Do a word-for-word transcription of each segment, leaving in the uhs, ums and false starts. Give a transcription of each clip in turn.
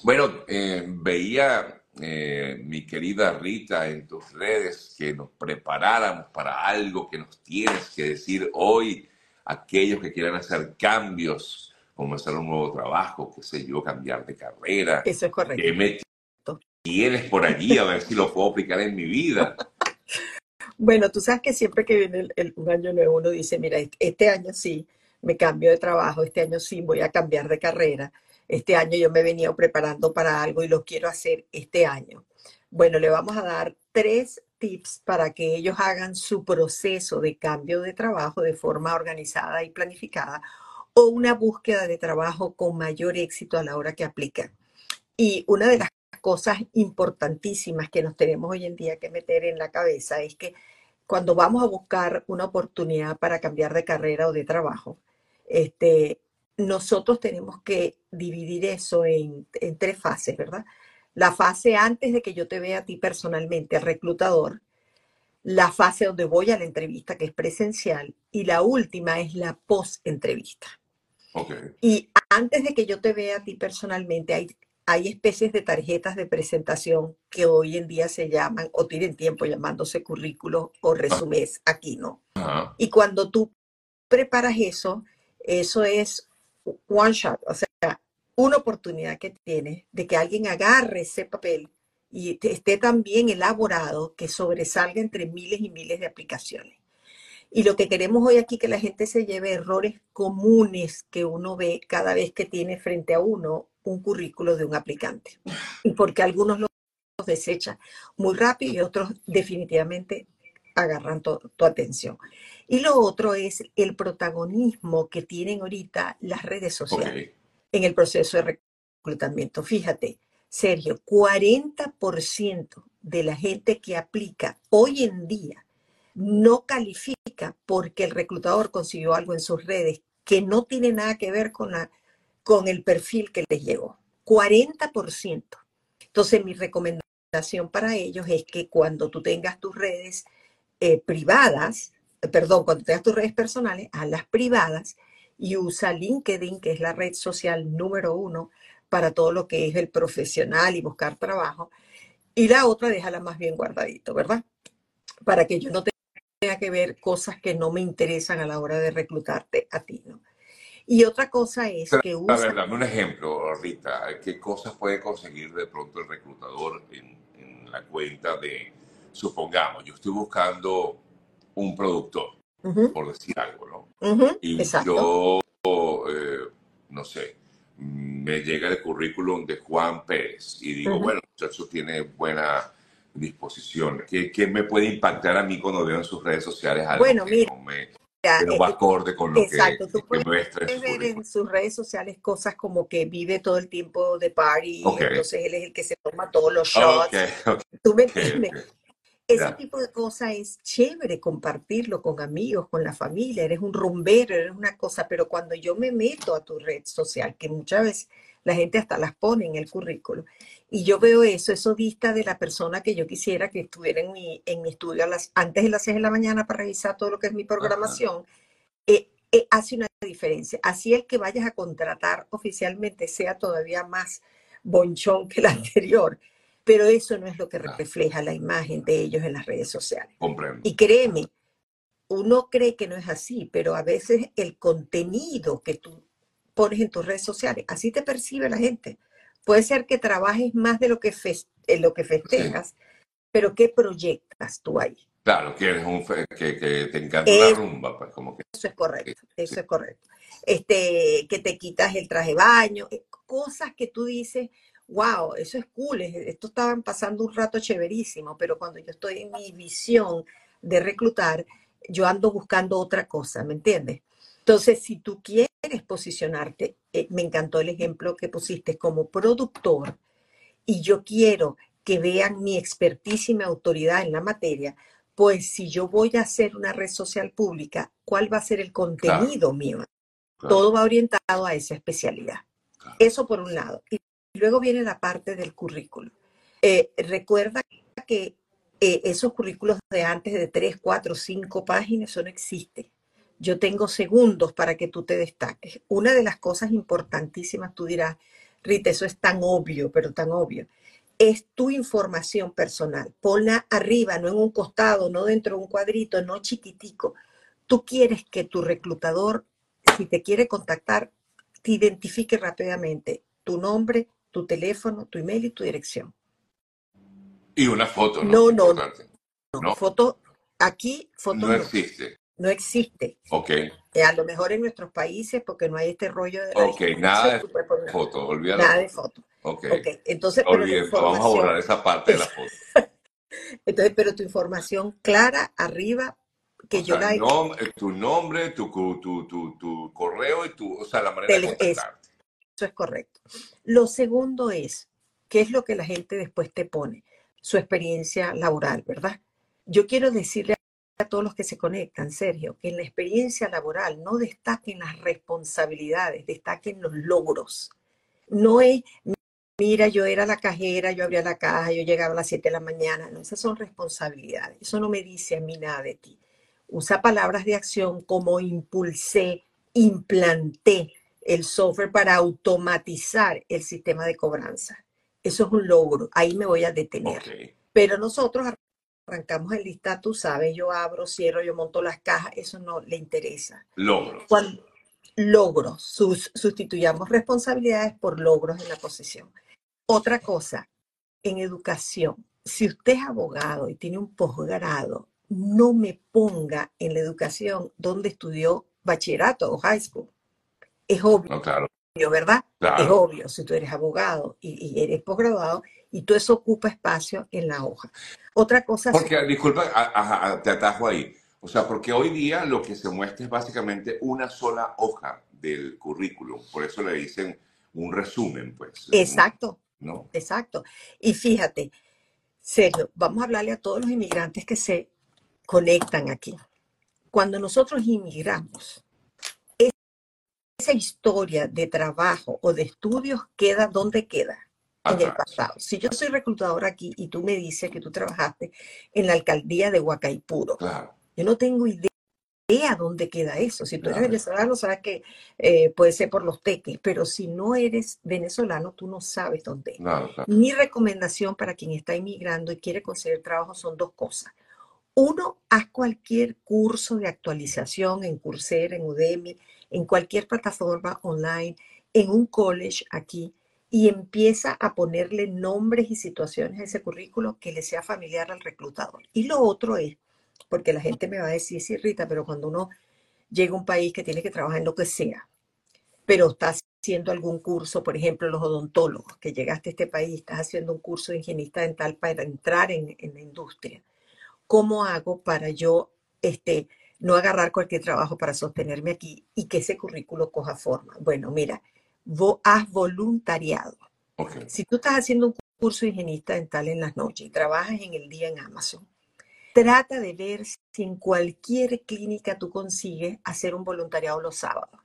Bueno, eh, veía, eh, mi querida Rita, en tus redes que nos preparáramos para algo que nos tienes que decir hoy, aquellos que quieran hacer cambios, comenzar un nuevo trabajo, qué sé yo, cambiar de carrera. Eso es correcto. ¿Qué me tienes por allí? A ver si lo puedo aplicar en mi vida. Bueno, tú sabes que siempre que viene el- el- un año nuevo uno dice, mira, este, este año sí me cambio de trabajo, este año sí voy a cambiar de carrera, este año yo me he venido preparando para algo y lo quiero hacer este año. Bueno, le vamos a dar tres tips para que ellos hagan su proceso de cambio de trabajo de forma organizada y planificada o una búsqueda de trabajo con mayor éxito a la hora que aplican. Y una de las cosas importantísimas que nos tenemos hoy en día que meter en la cabeza es que cuando vamos a buscar una oportunidad para cambiar de carrera o de trabajo, este, nosotros tenemos que dividir eso en, en tres fases, ¿verdad? La fase antes de que yo te vea a ti personalmente, al reclutador, la fase donde voy a la entrevista, que es presencial, y la última es la post-entrevista. Ok. Y antes de que yo te vea a ti personalmente, hay, hay especies de tarjetas de presentación que hoy en día se llaman, o tienen tiempo llamándose currículos o resumés aquí, ¿no? Ajá. Y cuando tú preparas eso, eso es one shot, o sea, una oportunidad que tienes de que alguien agarre ese papel y esté tan bien elaborado que sobresalga entre miles y miles de aplicaciones. Y lo que queremos hoy aquí que la gente se lleve errores comunes que uno ve cada vez que tiene frente a uno un currículo de un aplicante. Y porque algunos los desechan muy rápido y otros definitivamente agarran to- tu atención. Y lo otro es el protagonismo que tienen ahorita las redes Ok. sociales en el proceso de reclutamiento. Fíjate, Sergio, cuarenta por ciento de la gente que aplica hoy en día no califica porque el reclutador consiguió algo en sus redes que no tiene nada que ver con, la, con el perfil que les llegó. Cuarenta por ciento. Entonces, mi recomendación para ellos es que cuando tú tengas tus redes eh, privadas, eh, perdón, cuando tengas tus redes personales, hazlas privadas y usa LinkedIn, que es la red social número uno para todo lo que es el profesional y buscar trabajo. Y la otra, déjala más bien guardadito, ¿verdad? Para que yo no tenga que ver cosas que no me interesan a la hora de reclutarte a ti, ¿no? Y otra cosa es que A usa, ver, dame un ejemplo, Rita. ¿Qué cosas puede conseguir de pronto el reclutador en, en la cuenta de, supongamos, yo estoy buscando un productor, uh-huh, por decir algo, ¿no? uh-huh, Y exacto, yo, eh, no sé, me llega el currículum de Juan Pérez y digo, uh-huh. bueno, el muchacho tiene buena disposición. ¿Qué, qué me puede impactar a mí cuando veo en sus redes sociales algo Bueno, que mira, no me, que no eh, va eh, acorde con lo que, exacto, tú que puedes muestra en su ver currículum? en sus redes sociales cosas como que vive todo el tiempo de party, Ok, entonces él es el que se toma todos los ok, shots, ok, ¿tú me entiendes? ok. Ese Ya. tipo de cosas es chévere compartirlo con amigos, con la familia, eres un rumbero, eres una cosa, pero cuando yo me meto a tu red social, que muchas veces la gente hasta las pone en el currículo, y yo veo eso, eso dista de la persona que yo quisiera que estuviera en mi, en mi estudio a las, antes de las seis de la mañana para revisar todo lo que es mi Ajá. programación, eh, eh, hace una diferencia. Así el que vayas a contratar oficialmente sea todavía más bonchón que el anterior, pero eso no es lo que Claro, refleja la imagen de ellos en las redes sociales. comprendo. Y créeme, uno cree que no es así, pero a veces el contenido que tú pones en tus redes sociales, así te percibe la gente. Puede ser que trabajes más de lo que, fes- en lo que Sí, festejas, pero ¿qué proyectas tú ahí? claro, que eres un fe- que, que te encanta una Eso rumba, pues como que Eso es sí, correcto, sí. eso es correcto. Este, que te quitas el traje de baño, eh, cosas que tú dices, wow, eso es cool, es- esto estaban pasando un rato chéverísimo, pero cuando yo estoy en mi visión de reclutar, yo ando buscando otra cosa, ¿me entiendes? Entonces, si tú quieres posicionarte, eh, me encantó el ejemplo que pusiste como productor, y yo quiero que vean mi expertise y mi autoridad en la materia, pues si yo voy a hacer una red social pública, ¿cuál va a ser el Claro, contenido mío? claro, Todo va orientado a esa especialidad. claro. Eso por un lado. Y luego viene la parte del currículo. Eh, recuerda que eh, esos currículos de antes de tres, cuatro, cinco páginas, eso no existe. Yo tengo segundos para que tú te destaques. Una de las cosas importantísimas, tú dirás, Rita, eso es tan obvio, pero tan obvio. Es tu información personal. Ponla arriba, no en un costado, no dentro de un cuadrito, no chiquitico. Tú quieres que tu reclutador, si te quiere contactar, te identifique rápidamente tu nombre, tu teléfono, tu email y tu dirección. Y una foto, ¿no? No, no, Importante. no. No, Foto, aquí fotos no no. existe. No existe. Ok, Eh, a lo mejor en nuestros países, porque no hay este rollo de la ok, nada discriminación, de tú puedes poner foto, olvida la nada de foto. foto. Ok, Ok, entonces, pero la olvídalo, vamos a información, borrar esa parte de la es, foto. entonces, pero tu información clara arriba, O que yo sea, la he, nom- eh, tu nombre, tu, cu- tu, tu, tu correo y tu, o sea, la manera de tele- eso contactarte. es correcto. Lo segundo es, ¿qué es lo que la gente después te pone? Su experiencia laboral, ¿verdad? Yo quiero decirle a todos los que se conectan, Sergio, que en la experiencia laboral no destaquen las responsabilidades, destaquen los logros. No es, mira, yo era la cajera, yo abría la caja, yo llegaba a las siete de la mañana. No, esas son responsabilidades. Eso no me dice a mí nada de ti. Usa palabras de acción como impulsé, implanté el software para automatizar el sistema de cobranza. Eso es un logro. Ahí me voy a detener. Ok, Pero nosotros arrancamos el lista, tú sabes, yo abro, cierro, yo monto las cajas. Eso no le interesa. logros. Cuando logros, sus, sustituyamos responsabilidades por logros en la posición. Otra cosa, en educación, si usted es abogado y tiene un posgrado, no me ponga en la educación donde estudió bachillerato o high school. Es obvio, No, claro, ¿verdad? Es claro. obvio, si tú eres abogado y, y eres posgraduado y todo eso ocupa espacio en la hoja. Otra cosa, Porque, disculpa, a- a- te atajo ahí. O sea, porque hoy día lo que se muestra es básicamente una sola hoja del currículum. Por eso le dicen un resumen, pues, un- exacto, ¿no? exacto. Y fíjate, Sergio, vamos a hablarle a todos los inmigrantes que se conectan aquí. Cuando nosotros inmigramos, esa historia de trabajo o de estudios queda donde queda, en el Atrás. pasado. Si yo soy reclutadora aquí y tú me dices que tú trabajaste en la alcaldía de Huacaipuro, Claro, yo no tengo idea dónde queda eso. Si tú eres claro, venezolano, sabes que eh, puede ser por los teques, pero si no eres venezolano, tú no sabes dónde es. claro, claro. Mi recomendación para quien está inmigrando y quiere conseguir trabajo son dos cosas. Uno, haz cualquier curso de actualización en Coursera, en Udemy, en cualquier plataforma online, en un college aquí, y empieza a ponerle nombres y situaciones a ese currículo que le sea familiar al reclutador. Y lo otro es, porque la gente me va a decir, sí, Rita, pero cuando uno llega a un país que tiene que trabajar en lo que sea, pero está haciendo algún curso, por ejemplo, los odontólogos, que llegaste a este país, estás haciendo un curso de higienista dental para entrar en, en la industria. ¿Cómo hago para yo este, no agarrar cualquier trabajo para sostenerme aquí y que ese currículo coja forma? Bueno, mira, vos haz voluntariado. Ok. Si tú estás haciendo un curso de higienista dental en las noches y trabajas en el día en Amazon, trata de ver si en cualquier clínica tú consigues hacer un voluntariado los sábados.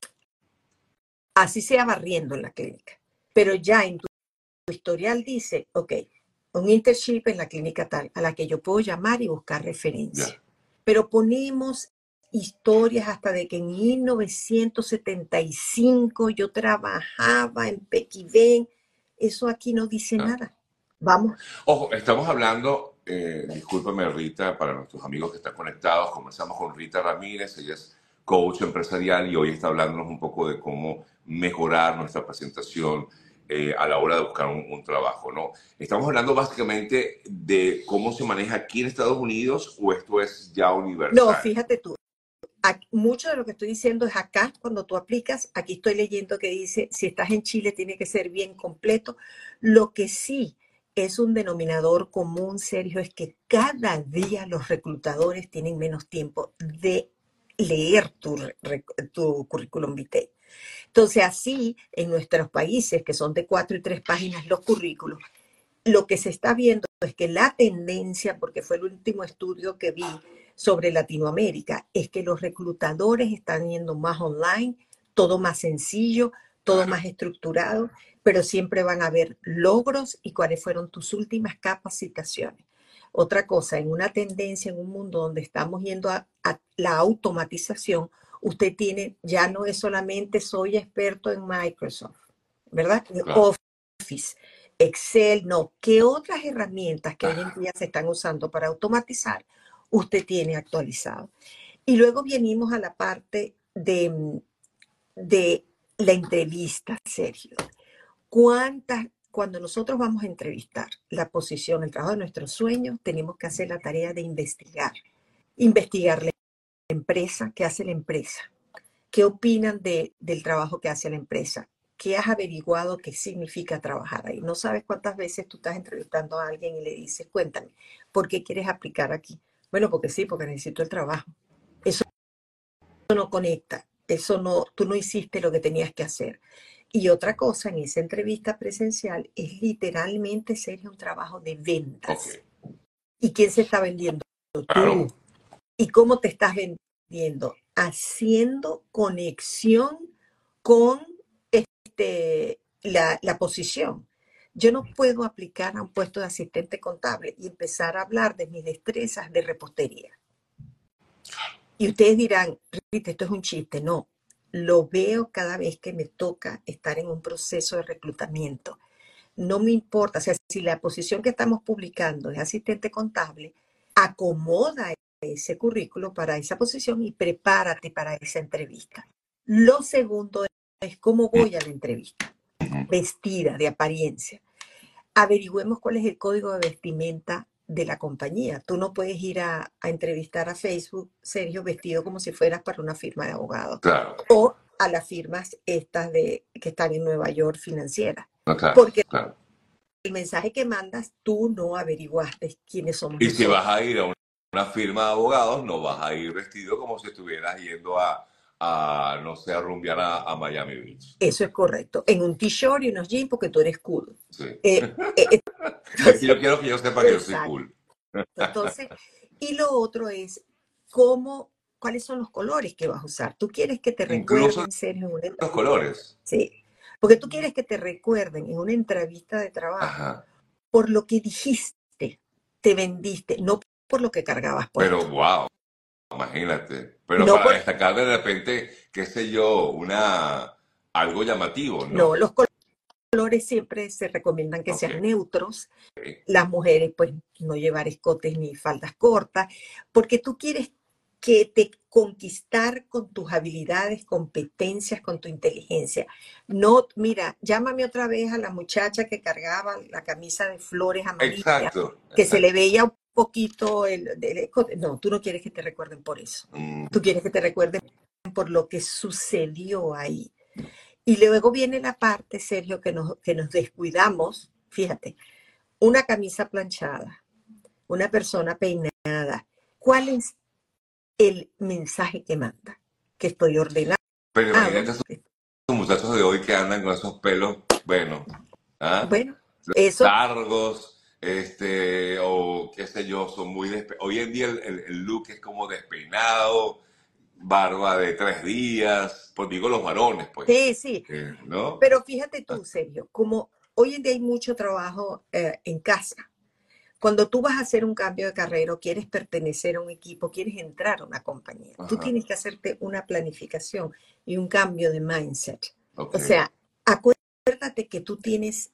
Así sea barriendo en la clínica. Pero ya en tu historial dice, ok, un internship en la clínica tal, a la que yo puedo llamar y buscar Ya. referencia. Pero ponemos historias hasta de que en mil novecientos setenta y cinco yo trabajaba en Pequibén. Eso aquí no dice Ya. nada. Vamos, Ojo, estamos hablando, eh, discúlpame Rita, para nuestros amigos que están conectados, comenzamos con Rita Ramírez, ella es coach empresarial y hoy está hablándonos un poco de cómo mejorar nuestra presentación eh, a la hora de buscar un, un trabajo, ¿no? Estamos hablando básicamente de cómo se maneja aquí en Estados Unidos o esto es ya no, universal. fíjate tú, aquí, mucho de lo que estoy diciendo es acá, cuando tú aplicas, aquí estoy leyendo que dice, si estás en Chile tiene que ser bien completo. Lo que sí es un denominador común, Sergio, es que cada día los reclutadores tienen menos tiempo de leer tu, tu currículum vitae. Entonces, así, en nuestros países, que son de cuatro y tres páginas los currículos, lo que se está viendo es que la tendencia, porque fue el último estudio que vi sobre Latinoamérica, es que los reclutadores están yendo más online, todo más sencillo, todo Claro. más estructurado, pero siempre van a haber logros y cuáles fueron tus últimas capacitaciones. Otra cosa, en una tendencia, en un mundo donde estamos yendo a, a la automatización, usted tiene, ya no es solamente soy experto en Microsoft, ¿verdad? claro. Office, Excel, no. ¿Qué otras herramientas que hoy en Ajá, día se están usando para automatizar usted tiene actualizado? Y luego venimos a la parte de, de la entrevista, Sergio. ¿Cuántas, cuando nosotros vamos a entrevistar la posición, el trabajo de nuestros sueños, tenemos que hacer la tarea de investigar? Investigar la empresa, qué hace la empresa, qué opinan de, del trabajo que hace la empresa, qué has averiguado qué significa trabajar ahí. No sabes cuántas veces tú estás entrevistando a alguien y le dices, cuéntame, ¿por qué quieres aplicar aquí? Bueno, porque sí, porque necesito el trabajo. Eso no conecta, eso no, tú no hiciste lo que tenías que hacer. Y otra cosa, en esa entrevista presencial es literalmente, Sergio, un trabajo de ok, ventas. ¿Y quién se está vendiendo? Tú. claro, ¿Y cómo te estás vendiendo? Haciendo conexión con este, la, la posición. Yo no puedo aplicar a un puesto de asistente contable y empezar a hablar de mis destrezas de repostería. Y ustedes dirán, Rita, esto es un chiste. No, lo veo cada vez que me toca estar en un proceso de reclutamiento. No me importa, o sea, si la posición que estamos publicando es asistente contable, acomoda ese currículo para esa posición y prepárate para esa entrevista. Lo segundo es cómo voy a la entrevista, ujú, vestida, de apariencia. Averigüemos cuál es el código de vestimenta de la compañía. Tú no puedes ir a, a entrevistar a Facebook, Sergio, vestido como si fueras para una firma de abogados claro, o a las firmas estas de, que están en Nueva York financieras. no, claro, Porque claro. el mensaje que mandas, tú no averiguaste quiénes somos Y si nosotros. vas a ir a una, una firma de abogados, no vas a ir vestido como si estuvieras yendo a, a no sé, a rumbear a, a Miami Beach. Eso es correcto. En un t-shirt y unos jeans porque tú eres cool. Sí. Eh, eh, Aquí entonces, yo quiero que yo sepa que yo soy exacto. cool. Entonces, y lo otro es cómo, cuáles son los colores que vas a usar. Tú quieres que te Incluso recuerden, Sergio, en una los entrevista. colores. Sí, porque tú quieres que te recuerden en una entrevista de trabajo Ajá. por lo que dijiste, te vendiste, no por lo que cargabas Pero puesto. wow, imagínate. Pero No para por, destacar de repente, qué sé yo, una algo llamativo, no, ¿no? los colores siempre se recomiendan que Ok. sean neutros. Las mujeres, pues, no llevar escotes ni faldas cortas, porque tú quieres que te conquistar con tus habilidades, competencias, con tu inteligencia. No, mira, llámame otra vez a la muchacha que cargaba la camisa de flores amarillas, Exacto, que se le exacto. veía un poquito el, el escote. No, tú no quieres que te recuerden por eso. Mm, Tú quieres que te recuerden por lo que sucedió ahí. Y luego viene la parte, Sergio, que nos, que nos descuidamos. Fíjate, una camisa planchada, una persona peinada. ¿Cuál es el mensaje que manda? Que estoy ordenado, pero imagínate esos que- muchachos de hoy que andan con esos pelos, bueno, ¿ah? bueno, eso, Largos, este, o qué sé yo, son muy despe- hoy en día el, el- el look es como despeinado, barba de tres días, pues digo los varones, pues, sí, sí, eh, ¿no? pero fíjate tú, Sergio, como hoy en día hay mucho trabajo eh, en casa. Cuando tú vas a hacer un cambio de carrera o quieres pertenecer a un equipo, quieres entrar a una compañía, tú Ajá, tienes que hacerte una planificación y un cambio de mindset. ok, O sea, acuérdate que tú tienes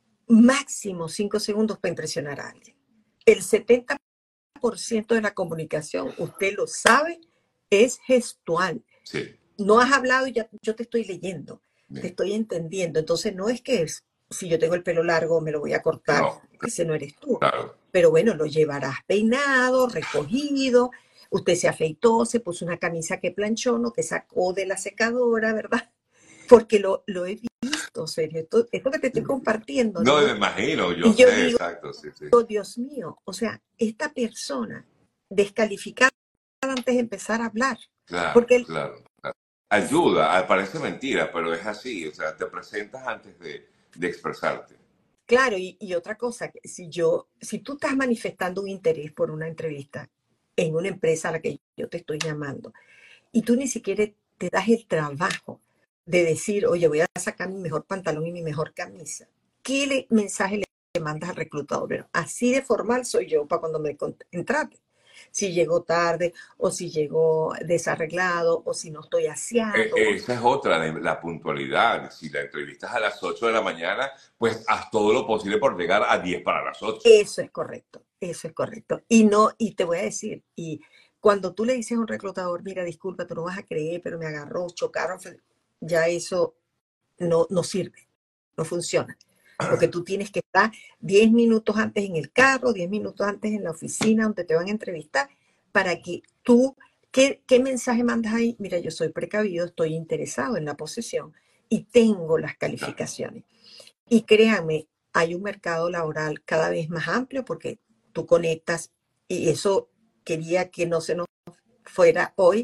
máximo cinco segundos para impresionar a alguien. El setenta por ciento de la comunicación, usted lo sabe, es gestual. sí, No has hablado y ya yo te estoy leyendo, te bien, estoy entendiendo. Entonces no es que es, si yo tengo el pelo largo me lo voy a cortar, no, ese no eres tú. claro, Pero bueno, lo llevarás peinado, recogido, usted se afeitó, se puso una camisa que planchó, no que sacó de la secadora, ¿verdad? Porque lo, lo he visto, serio. Esto, esto que te estoy compartiendo, no me ¿no? imagino, yo Y yo sé, digo, exacto, sí, sí, Dios mío, o sea, esta persona descalificada antes de empezar a hablar, claro, porque él, claro, claro. Ayuda, ah, parece mentira, pero es así, o sea, te presentas antes de, de expresarte. claro, y, y otra cosa, que si yo, si tú estás manifestando un interés por una entrevista en una empresa a la que yo te estoy llamando, y tú ni siquiera te das el trabajo de decir, oye, voy a sacar mi mejor pantalón y mi mejor camisa, ¿qué le- mensaje le mandas al reclutador? Bueno, así de formal soy yo para cuando me contrate. si llegó tarde o si llegó desarreglado o si no estoy Eh, aseando. O- esa es otra, de la puntualidad. Si la entrevista es a las ocho de la mañana, pues haz todo lo posible por llegar a diez para las ocho. Eso es correcto, eso es correcto. Y no, y te voy a decir, y cuando tú le dices a un reclutador, mira, disculpa, tú no vas a creer, pero me agarró, chocaron, ya eso no, no sirve, no funciona. Porque tú tienes que estar diez minutos antes en el carro, diez minutos antes en la oficina donde te van a entrevistar, para que tú, ¿qué, qué mensaje mandas ahí? Mira, yo soy precavido, estoy interesado en la posición y tengo las calificaciones. Y créanme, hay un mercado laboral cada vez más amplio porque tú conectas, y eso quería que no se nos fuera hoy.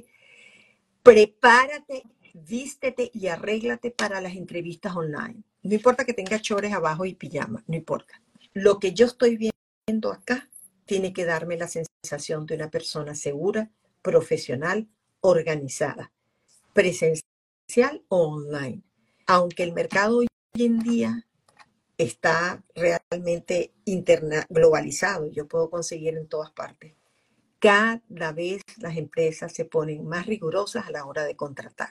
Prepárate, vístete y arréglate para las entrevistas online. No importa que tengas chores abajo y pijama, no importa. Lo que yo estoy viendo acá tiene que darme la sensación de una persona segura, profesional, organizada, presencial o online. Aunque el mercado hoy en día está realmente interna, globalizado, yo puedo conseguir en todas partes. Cada vez las empresas se ponen más rigurosas a la hora de contratar.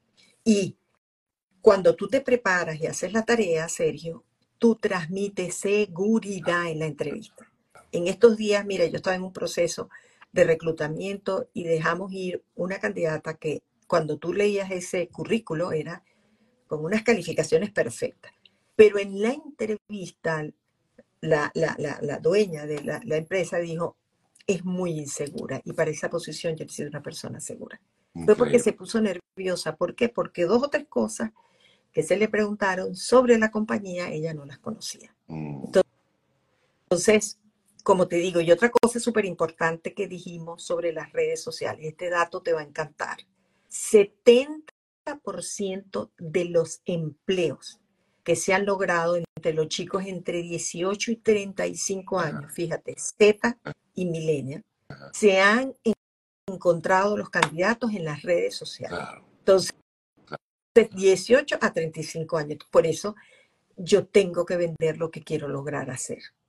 Y cuando tú te preparas y haces la tarea, Sergio, tú transmites seguridad en la entrevista. En estos días, mira, yo estaba en un proceso de reclutamiento y dejamos ir una candidata que cuando tú leías ese currículo era con unas calificaciones perfectas. Pero en la entrevista, la, la, la, la dueña de la, la, empresa dijo, es muy insegura y para esa posición yo necesito una persona segura. Fue porque Increíble. se puso nerviosa. ¿Por qué? Porque dos o tres cosas que se le preguntaron sobre la compañía, ella no las conocía. Mm. Entonces, como te digo, y otra cosa súper importante que dijimos sobre las redes sociales, este dato te va a encantar. setenta por ciento de los empleos que se han logrado entre los chicos entre dieciocho y treinta y cinco años, fíjate, Z y millennial, se han encontrado los candidatos en las redes sociales. Claro, Entonces, claro. dieciocho a treinta y cinco años. Por eso yo tengo que vender lo que quiero lograr hacer.